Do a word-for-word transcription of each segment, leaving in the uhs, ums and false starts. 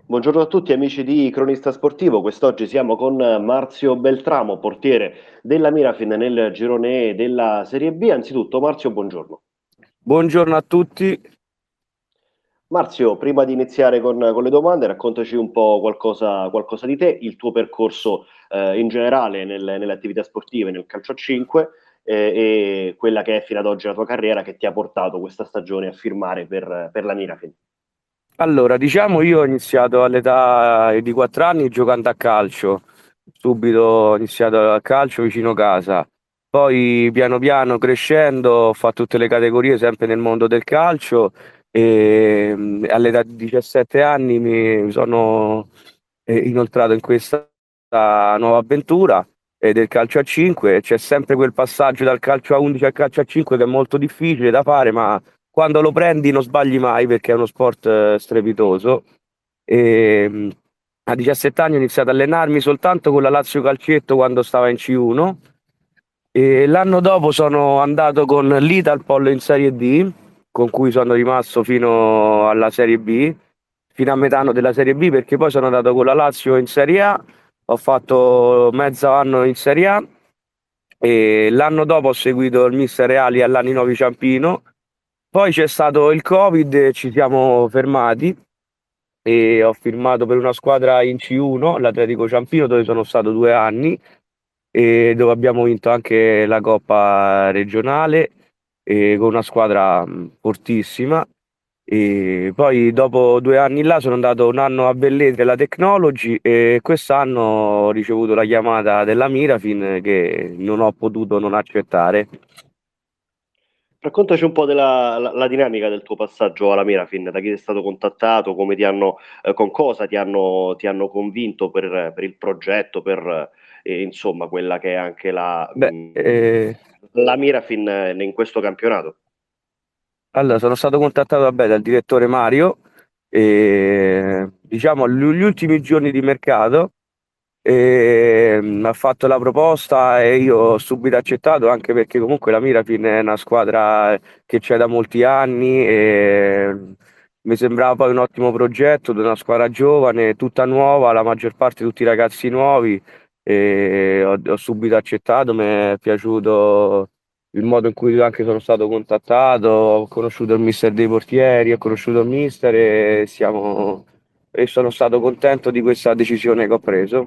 Buongiorno a tutti amici di Cronista Sportivo, quest'oggi siamo con Marzio Beltramo, portiere della Mirafin nel girone E della Serie B. Anzitutto Marzio, buongiorno. Buongiorno a tutti. Marzio, prima di iniziare con, con le domande, raccontaci un po' qualcosa, qualcosa di te, il tuo percorso eh, in generale nelle, nelle attività sportive, nel calcio a cinque eh, e quella che è fino ad oggi la tua carriera che ti ha portato questa stagione a firmare per, per la Mirafin. Allora, diciamo io ho iniziato all'età di quattro anni giocando a calcio. Subito ho iniziato a calcio vicino casa. Poi piano piano crescendo ho fatto tutte le categorie sempre nel mondo del calcio e mm, all'età di diciassette anni mi sono eh, inoltrato in questa nuova avventura eh, del calcio a cinque. C'è sempre quel passaggio dal calcio a undici al calcio a cinque che è molto difficile da fare, ma quando lo prendi non sbagli mai perché è uno sport eh, strepitoso. E, mh, a diciassette anni ho iniziato ad allenarmi soltanto con la Lazio Calcietto quando stava in C uno e l'anno dopo sono andato con l'Italpol in Serie D, con cui sono rimasto fino alla Serie B, fino a metà anno della Serie B, perché poi sono andato con la Lazio in Serie A, ho fatto mezzo anno in Serie A e l'anno dopo ho seguito il Mister Reali all'Anni Novi Ciampino. Poi c'è stato il Covid e ci siamo fermati e ho firmato per una squadra in C uno, l'Atletico Ciampino, dove sono stato due anni e dove abbiamo vinto anche la Coppa regionale e con una squadra mh, fortissima. E poi dopo due anni là sono andato un anno a Velletri alla Technology e quest'anno ho ricevuto la chiamata della Mirafin che non ho potuto non accettare. Raccontaci un po' della la, la dinamica del tuo passaggio alla Mirafin, da chi sei stato contattato, come ti hanno, eh, con cosa ti hanno, ti hanno convinto per, per il progetto, per eh, insomma quella che è anche la, Beh, mh, eh, la Mirafin eh, in questo campionato. allora sono stato contattato vabbè, dal direttore Mario e diciamo gli gli ultimi giorni di mercato e mi ha fatto la proposta e io ho subito accettato anche perché comunque la Mirafin è una squadra che c'è da molti anni e mi sembrava poi un ottimo progetto di una squadra giovane, tutta nuova, la maggior parte tutti ragazzi nuovi e ho, ho subito accettato, mi è piaciuto il modo in cui anche sono stato contattato, ho conosciuto il mister dei portieri, ho conosciuto il mister e siamo e sono stato contento di questa decisione che ho preso.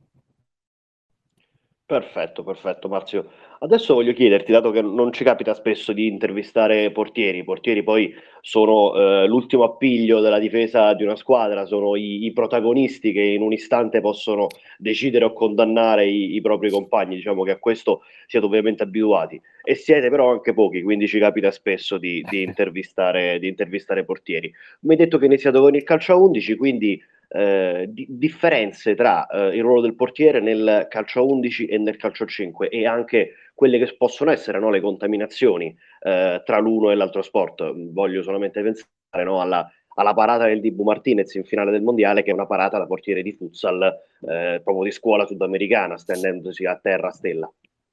Perfetto, perfetto Marzio. Adesso voglio chiederti, dato che non ci capita spesso di intervistare portieri, i portieri poi sono eh, l'ultimo appiglio della difesa di una squadra, sono i, i protagonisti che in un istante possono decidere o condannare i, i propri compagni, diciamo che a questo siete ovviamente abituati. E siete però anche pochi, quindi ci capita spesso di, di intervistare, di intervistare portieri. Mi hai detto che hai iniziato con il calcio a undici, quindi eh, di- differenze tra eh, il ruolo del portiere nel calcio a undici e nel calcio a cinque e anche quelle che possono essere, no, le contaminazioni eh, tra l'uno e l'altro sport. Voglio solamente pensare, no, alla, alla parata del Dibu Martinez in finale del mondiale, che è una parata da portiere di futsal eh, proprio di scuola sudamericana, stendendosi a terra a stella.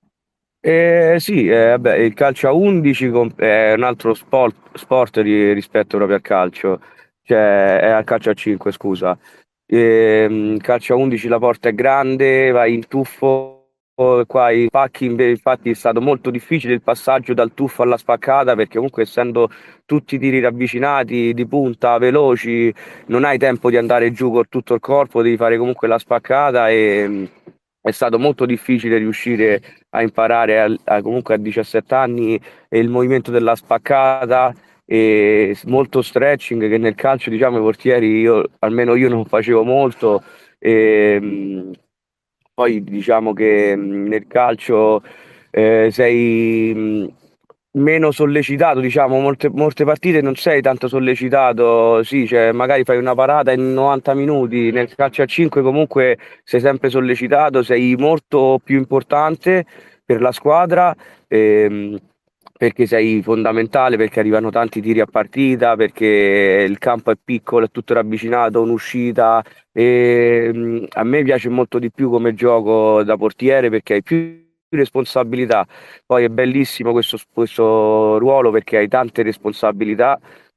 Eh, sì, eh, vabbè, il calcio a undici com- è un altro sport, sport ri- rispetto proprio al calcio, cioè è al calcio a cinque, scusa. Ehm, calcio a undici la porta è grande, vai in tuffo, qua i pacchi, inve- infatti è stato molto difficile il passaggio dal tuffo alla spaccata perché comunque essendo tutti tiri ravvicinati, di punta, veloci, non hai tempo di andare giù con tutto il corpo, devi fare comunque la spaccata e mh, è stato molto difficile riuscire a imparare al- a- comunque a diciassette anni il movimento della spaccata e s- molto stretching che nel calcio diciamo i portieri io almeno io non facevo molto e, mh, poi diciamo che mh, nel calcio eh, sei mh, meno sollecitato, diciamo, molte, molte partite non sei tanto sollecitato, sì, cioè magari fai una parata in novanta minuti, nel calcio a cinque comunque sei sempre sollecitato, sei molto più importante per la squadra. ehm, Perché sei fondamentale, perché arrivano tanti tiri a partita, perché il campo è piccolo, è tutto ravvicinato, un'uscita, e, mh, a me piace molto di più come gioco da portiere perché hai più responsabilità. Poi è bellissimo questo, questo ruolo perché hai tante responsabilità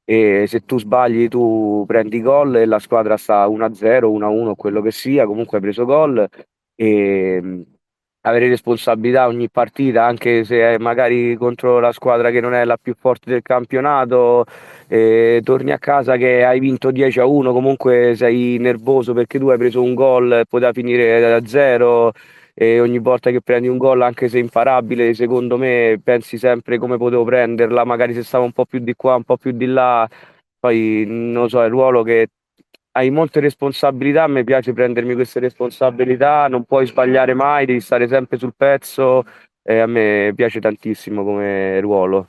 e se tu sbagli tu prendi gol e la squadra sta uno a zero, uno a uno, quello che sia, comunque hai preso gol e mh, avere responsabilità ogni partita, anche se è magari contro la squadra che non è la più forte del campionato, e torni a casa che hai vinto dieci a uno, comunque sei nervoso perché tu hai preso un gol e poteva finire da zero e ogni volta che prendi un gol, anche se imparabile, secondo me pensi sempre come potevo prenderla, magari se stavo un po' più di qua, un po' più di là, poi non lo so, è il ruolo che hai molte responsabilità, a me piace prendermi queste responsabilità, non puoi sbagliare mai, devi stare sempre sul pezzo e a me piace tantissimo come ruolo.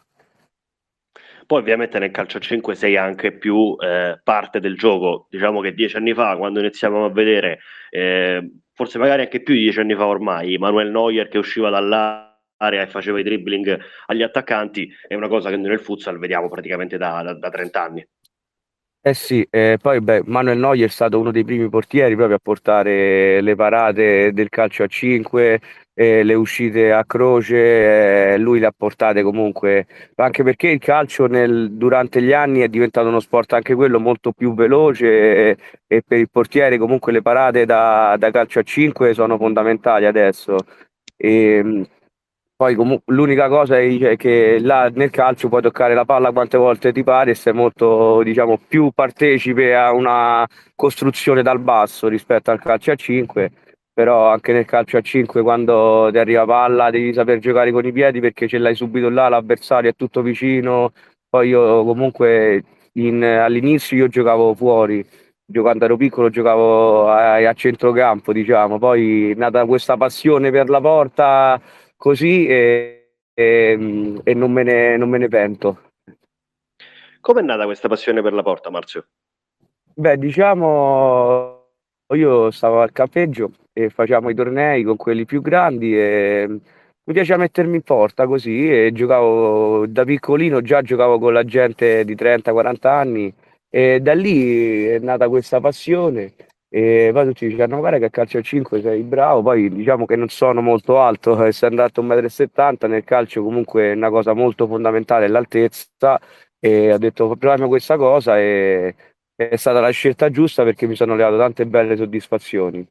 Poi ovviamente nel calcio a cinque sei anche più eh, parte del gioco. Diciamo che dieci anni fa, quando iniziamo a vedere, eh, forse magari anche più di dieci anni fa ormai, Manuel Neuer che usciva dall'area e faceva i dribbling agli attaccanti, è una cosa che noi nel futsal vediamo praticamente da, da, da trenta anni. Eh sì, eh, poi beh, Manuel Neuer è stato uno dei primi portieri proprio a portare le parate del calcio a cinque, eh, le uscite a croce, eh, lui le ha portate comunque, anche perché il calcio nel- durante gli anni è diventato uno sport anche quello molto più veloce e, e per il portiere comunque le parate da, da calcio a cinque sono fondamentali adesso. E, poi comunque l'unica cosa è è che là nel calcio puoi toccare la palla quante volte ti pare e sei molto, diciamo, più partecipe a una costruzione dal basso rispetto al calcio a cinque, però anche nel calcio a cinque quando ti arriva palla devi saper giocare con i piedi perché ce l'hai subito là, l'avversario è tutto vicino. Poi io comunque in- all'inizio io giocavo fuori, io quando ero piccolo giocavo a, a centrocampo, diciamo, poi è nata questa passione per la porta così e, e- e non me ne, non me ne pento. Com'è nata questa passione per la porta, Marzio? Beh, diciamo, io stavo al campeggio e facciamo i tornei con quelli più grandi e mi piaceva mettermi in porta così e giocavo da piccolino, già giocavo con la gente di trenta quaranta anni e da lì è nata questa passione e poi tutti dicevano guarda che a calcio a cinque sei bravo, poi diciamo che non sono molto alto, essendo alto uno e settanta m, nel calcio comunque è una cosa molto fondamentale è l'altezza e ho detto proviamo questa cosa e è stata la scelta giusta perché mi sono levato tante belle soddisfazioni.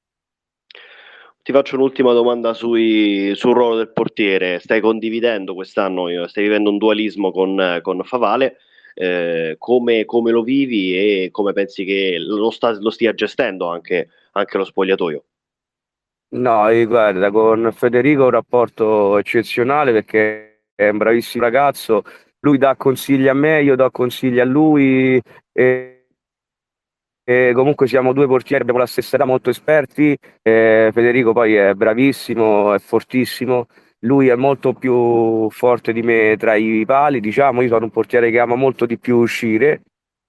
Ti faccio un'ultima domanda sui- sul ruolo del portiere. Stai condividendo quest'anno, eh, stai vivendo un dualismo con, eh, con Favale. Eh, come, come lo vivi e come pensi che lo, sta- lo stia gestendo anche, anche lo spogliatoio? No, e guarda, con Federico ho un rapporto eccezionale perché è un bravissimo ragazzo, lui dà consigli a me, io do consigli a lui e, e comunque siamo due portieri, abbiamo la stessa età, molto esperti. Eh, Federico poi è bravissimo, è fortissimo, lui è molto più forte di me tra i pali, diciamo, io sono un portiere che ama molto di più uscire.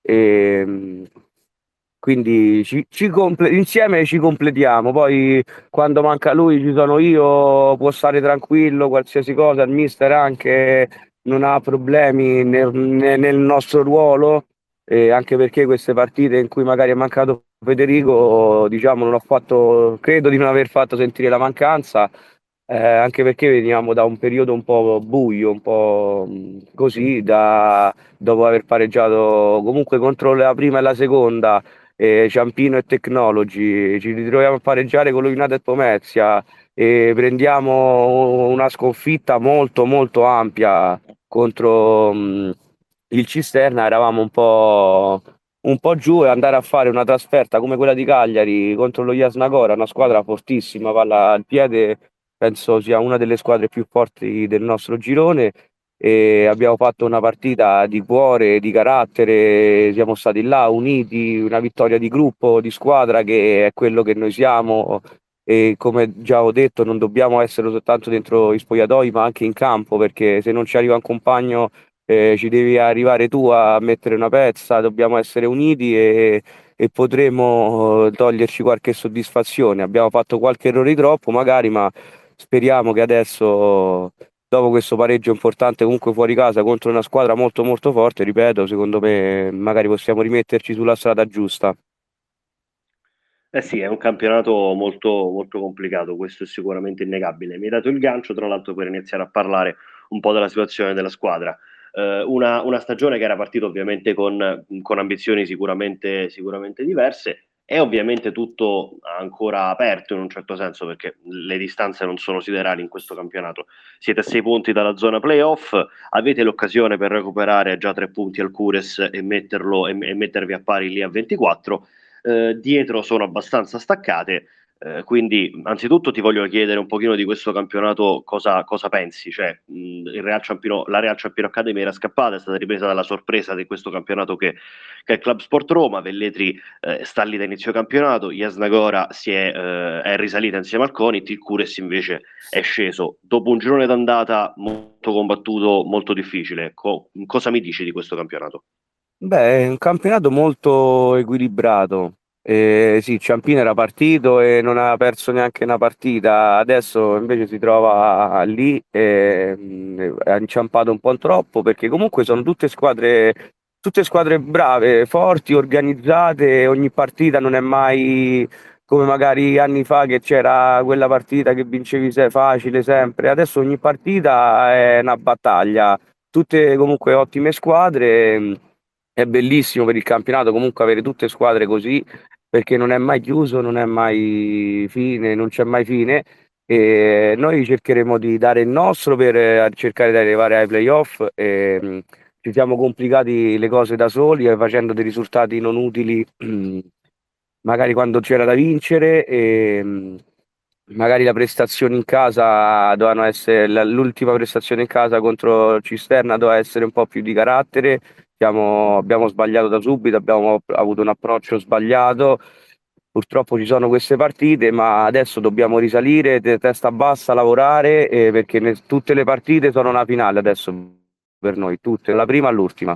E, quindi ci, ci comple- insieme ci completiamo. Poi quando manca lui ci sono io, può stare tranquillo, qualsiasi cosa, il mister anche non ha problemi nel, ne- nel nostro ruolo, e anche perché queste partite in cui magari è mancato Federico, diciamo, non ho fatto, credo di non aver fatto sentire la mancanza. Eh, anche perché veniamo da un periodo un po' buio, un po' mh, così, da, dopo aver pareggiato comunque contro la prima e la seconda, eh, Ciampino e Technology, ci ritroviamo a pareggiare con lo United Pomezia e prendiamo una sconfitta molto molto ampia contro mh, il Cisterna, eravamo un po', un po' giù e andare a fare una trasferta come quella di Cagliari contro lo Jasnagora, una squadra fortissima, palla al piede, penso sia una delle squadre più forti del nostro girone e abbiamo fatto una partita di cuore, di carattere, siamo stati là uniti, una vittoria di gruppo, di squadra che è quello che noi siamo e come già ho detto non dobbiamo essere soltanto dentro i spogliatoi ma anche in campo perché se non ci arriva un compagno eh, ci devi arrivare tu a mettere una pezza, dobbiamo essere uniti e, e potremo eh, toglierci qualche soddisfazione. Abbiamo fatto qualche errore di troppo magari, ma speriamo che adesso dopo questo pareggio importante comunque fuori casa contro una squadra molto molto forte, ripeto, secondo me magari possiamo rimetterci sulla strada giusta. Eh sì, è un campionato molto, molto complicato, questo è sicuramente innegabile. Mi hai dato il gancio, tra l'altro, per iniziare a parlare un po' della situazione della squadra. eh, una, una stagione che era partita ovviamente con, con ambizioni sicuramente, sicuramente diverse. È ovviamente tutto ancora aperto in un certo senso perché le distanze non sono siderali in questo campionato. Siete a sei punti dalla zona playoff, avete l'occasione per recuperare già tre punti al Cures e, metterlo, e, e mettervi a pari lì a ventiquattro. Eh, dietro sono abbastanza staccate. Eh, quindi, anzitutto ti voglio chiedere un pochino di questo campionato cosa, cosa pensi. Cioè, mh, il Real Ciampino, la Real Ciampino Academy era scappata, è stata ripresa dalla sorpresa di questo campionato che, che è il Club Sport Roma. Velletri eh, sta lì da inizio campionato, Jasnagora si è, eh, è risalita insieme al Conit, il Cures invece è sceso dopo un girone d'andata molto combattuto, molto difficile. Co- cosa mi dici di questo campionato? Beh, è un campionato molto equilibrato. Eh, sì, Ciampino era partito e non aveva perso neanche una partita, adesso invece si trova lì e mh, ha inciampato un po' troppo perché comunque sono tutte squadre, tutte squadre brave, forti, organizzate, ogni partita non è mai come magari anni fa che c'era quella partita che vincevi se facile sempre, adesso ogni partita è una battaglia, tutte comunque ottime squadre. È bellissimo per il campionato comunque avere tutte squadre così, perché non è mai chiuso, non è mai fine, non c'è mai fine. E noi cercheremo di dare il nostro per eh, cercare di arrivare ai playoff. E, mh, ci siamo complicati le cose da soli, eh, facendo dei risultati non utili, magari quando c'era da vincere. E, mh, magari la prestazione in casa dovevano essere la- l'ultima prestazione in casa contro Cisterna doveva essere un po' più di carattere. Siamo- abbiamo sbagliato da subito, abbiamo avuto un approccio sbagliato. Purtroppo ci sono queste partite, ma adesso dobbiamo risalire, te- testa bassa, lavorare, eh, perché ne- tutte le partite sono una finale adesso per noi, tutte, dalla prima all'ultima.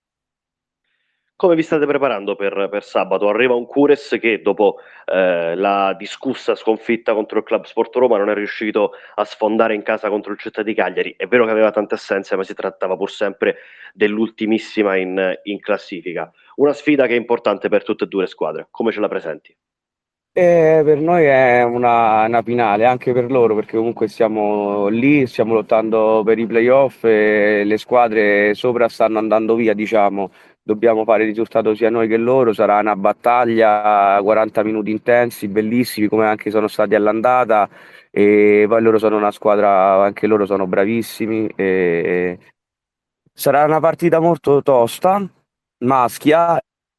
Come vi state preparando per, per sabato? Arriva un Cures che dopo eh, la discussa sconfitta contro il Club Sport Roma non è riuscito a sfondare in casa contro il Città di Cagliari. È vero che aveva tante assenze, ma si trattava pur sempre dell'ultimissima in, in classifica. Una sfida che è importante per tutte e due le squadre. Come ce la presenti? E per noi è una, una finale, anche per loro, perché comunque siamo lì, stiamo lottando per i playoff e le squadre sopra stanno andando via, diciamo. Dobbiamo fare il risultato sia noi che loro, sarà una battaglia, quaranta minuti intensi, bellissimi, come anche sono stati all'andata. E poi loro sono una squadra, anche loro sono bravissimi. E sarà una partita molto tosta, maschia.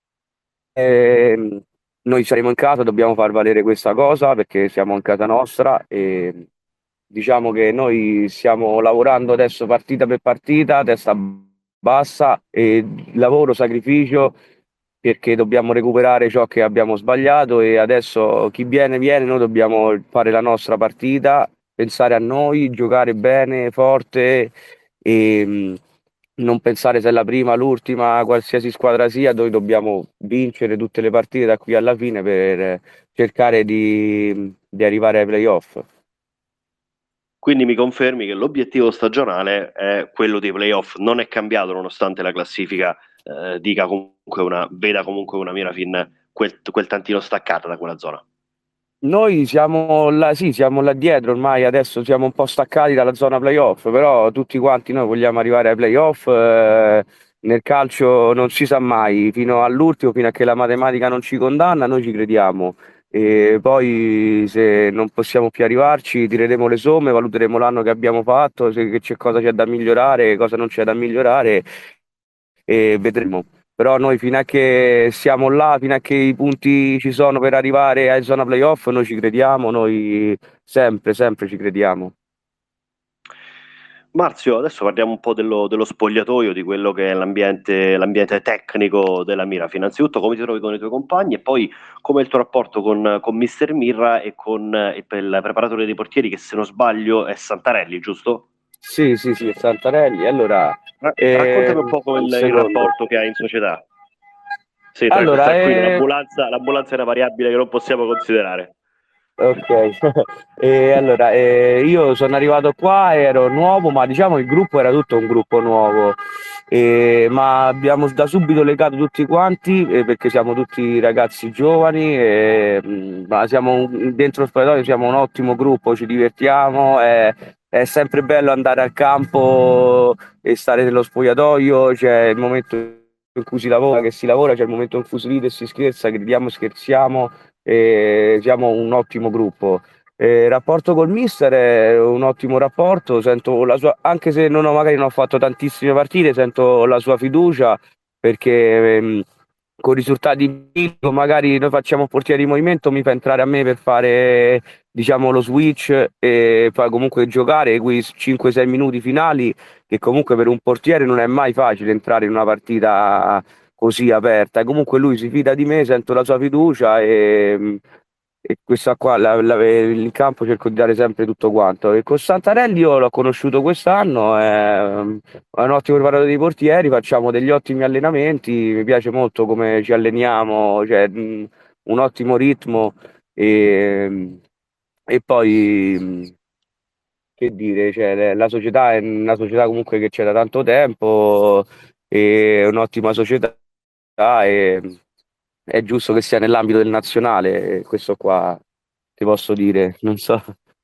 Ehm, Noi saremo in casa, dobbiamo far valere questa cosa perché siamo in casa nostra e diciamo che noi stiamo lavorando adesso partita per partita, testa bassa e lavoro, sacrificio perché dobbiamo recuperare ciò che abbiamo sbagliato e adesso chi viene viene, noi dobbiamo fare la nostra partita, pensare a noi, giocare bene, forte e mh, non pensare se è la prima, l'ultima, qualsiasi squadra sia, noi dobbiamo vincere tutte le partite da qui alla fine per eh, cercare di, di arrivare ai playoff. Quindi mi confermi che l'obiettivo stagionale è quello dei playoff, non è cambiato nonostante la classifica eh, dica comunque una, veda comunque una Mirafin quel, quel tantino staccata da quella zona. Noi siamo là, sì, siamo là dietro ormai, adesso siamo un po' staccati dalla zona playoff, però tutti quanti noi vogliamo arrivare ai playoff. Eh, nel calcio non si sa mai, fino all'ultimo, fino a che la matematica non ci condanna, noi ci crediamo. E poi se non possiamo più arrivarci, tireremo le somme, valuteremo l'anno che abbiamo fatto, se che c'è cosa c'è da migliorare, cosa non c'è da migliorare e vedremo. Però noi fino a che siamo là, fino a che i punti ci sono per arrivare ai zona playoff, noi ci crediamo, noi sempre, sempre ci crediamo. Marzio, adesso parliamo un po' dello, dello spogliatoio, di quello che è l'ambiente, l'ambiente tecnico della Mirafin. Innanzitutto come ti trovi con i tuoi compagni e poi come è il tuo rapporto con, con mister Mirra e con eh, il preparatore dei portieri che se non sbaglio è Santarelli, giusto? Sì, sì, sì, Santarelli. Allora, Ra- raccontami un ehm, po' come un il, il secondo. rapporto che hai in società. Sì, tranqu- Allora, tranquillo, eh, l'ambulanza, l'ambulanza è una variabile che non possiamo considerare. ok, e allora eh, io sono arrivato qua, ero nuovo, ma diciamo il gruppo era tutto un gruppo nuovo, e- ma abbiamo da subito legato tutti quanti eh, perché siamo tutti ragazzi giovani, e, mh, ma siamo un- dentro lo spogliatoio siamo un ottimo gruppo, ci divertiamo, è, è sempre bello andare al campo e stare nello spogliatoio, c'è il momento in cui si lavora, che si lavora, c'è il momento in cui si ride e si scherza, gridiamo, scherziamo e siamo un ottimo gruppo. Eh, il rapporto col mister è un ottimo rapporto, sento la sua, anche se non ho, magari non ho fatto tantissime partite, sento la sua fiducia perché ehm, con risultati bingo, magari noi facciamo portiere di movimento, mi fa entrare a me per fare diciamo lo switch e poi comunque giocare quei cinque sei minuti finali che comunque per un portiere non è mai facile entrare in una partita così aperta e comunque lui si fida di me, sento la sua fiducia e, e questa qua la- la- il campo cerco di dare sempre tutto quanto e con Santarelli io l'ho conosciuto quest'anno, è, è un ottimo preparatore dei portieri, facciamo degli ottimi allenamenti, mi piace molto come ci alleniamo, cioè, mh, un ottimo ritmo e, e poi mh, che dire, cioè, la società è una società comunque che c'è da tanto tempo, è un'ottima società e è giusto che sia nell'ambito del nazionale, questo qua ti posso dire, non so.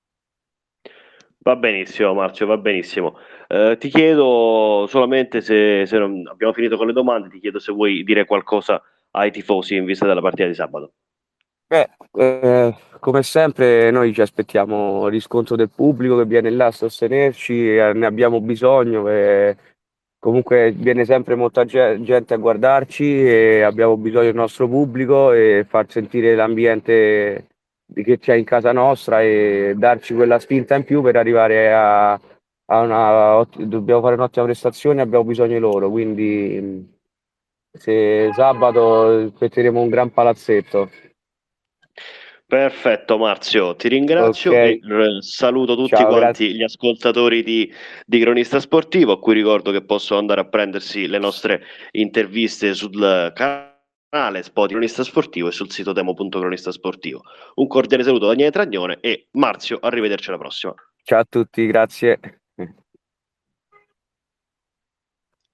Va benissimo, Marzio, va benissimo. Eh, ti chiedo solamente se, se non abbiamo finito con le domande, ti chiedo se vuoi dire qualcosa ai tifosi in vista della partita di sabato. Beh, eh, come sempre noi ci aspettiamo il riscontro del pubblico che viene là a sostenerci, eh, ne abbiamo bisogno, e comunque viene sempre molta ge- gente a guardarci e abbiamo bisogno del nostro pubblico e far sentire l'ambiente di- che c'è in casa nostra e darci quella spinta in più per arrivare a, a una... ott- dobbiamo fare un'ottima prestazione, abbiamo bisogno di loro, quindi mh, se sabato metteremo un gran palazzetto. Perfetto, Marzio, ti Ok, ringrazio e eh, saluto tutti ciao, grazie. quanti gli ascoltatori di, di Cronista Sportivo, a cui ricordo che possono andare a prendersi le nostre interviste sul canale Spotify Cronista Sportivo e sul sito demo punto cronista sportivo. Un cordiale saluto da Daniele Tragnone e Marzio, arrivederci alla prossima. Ciao a tutti, grazie.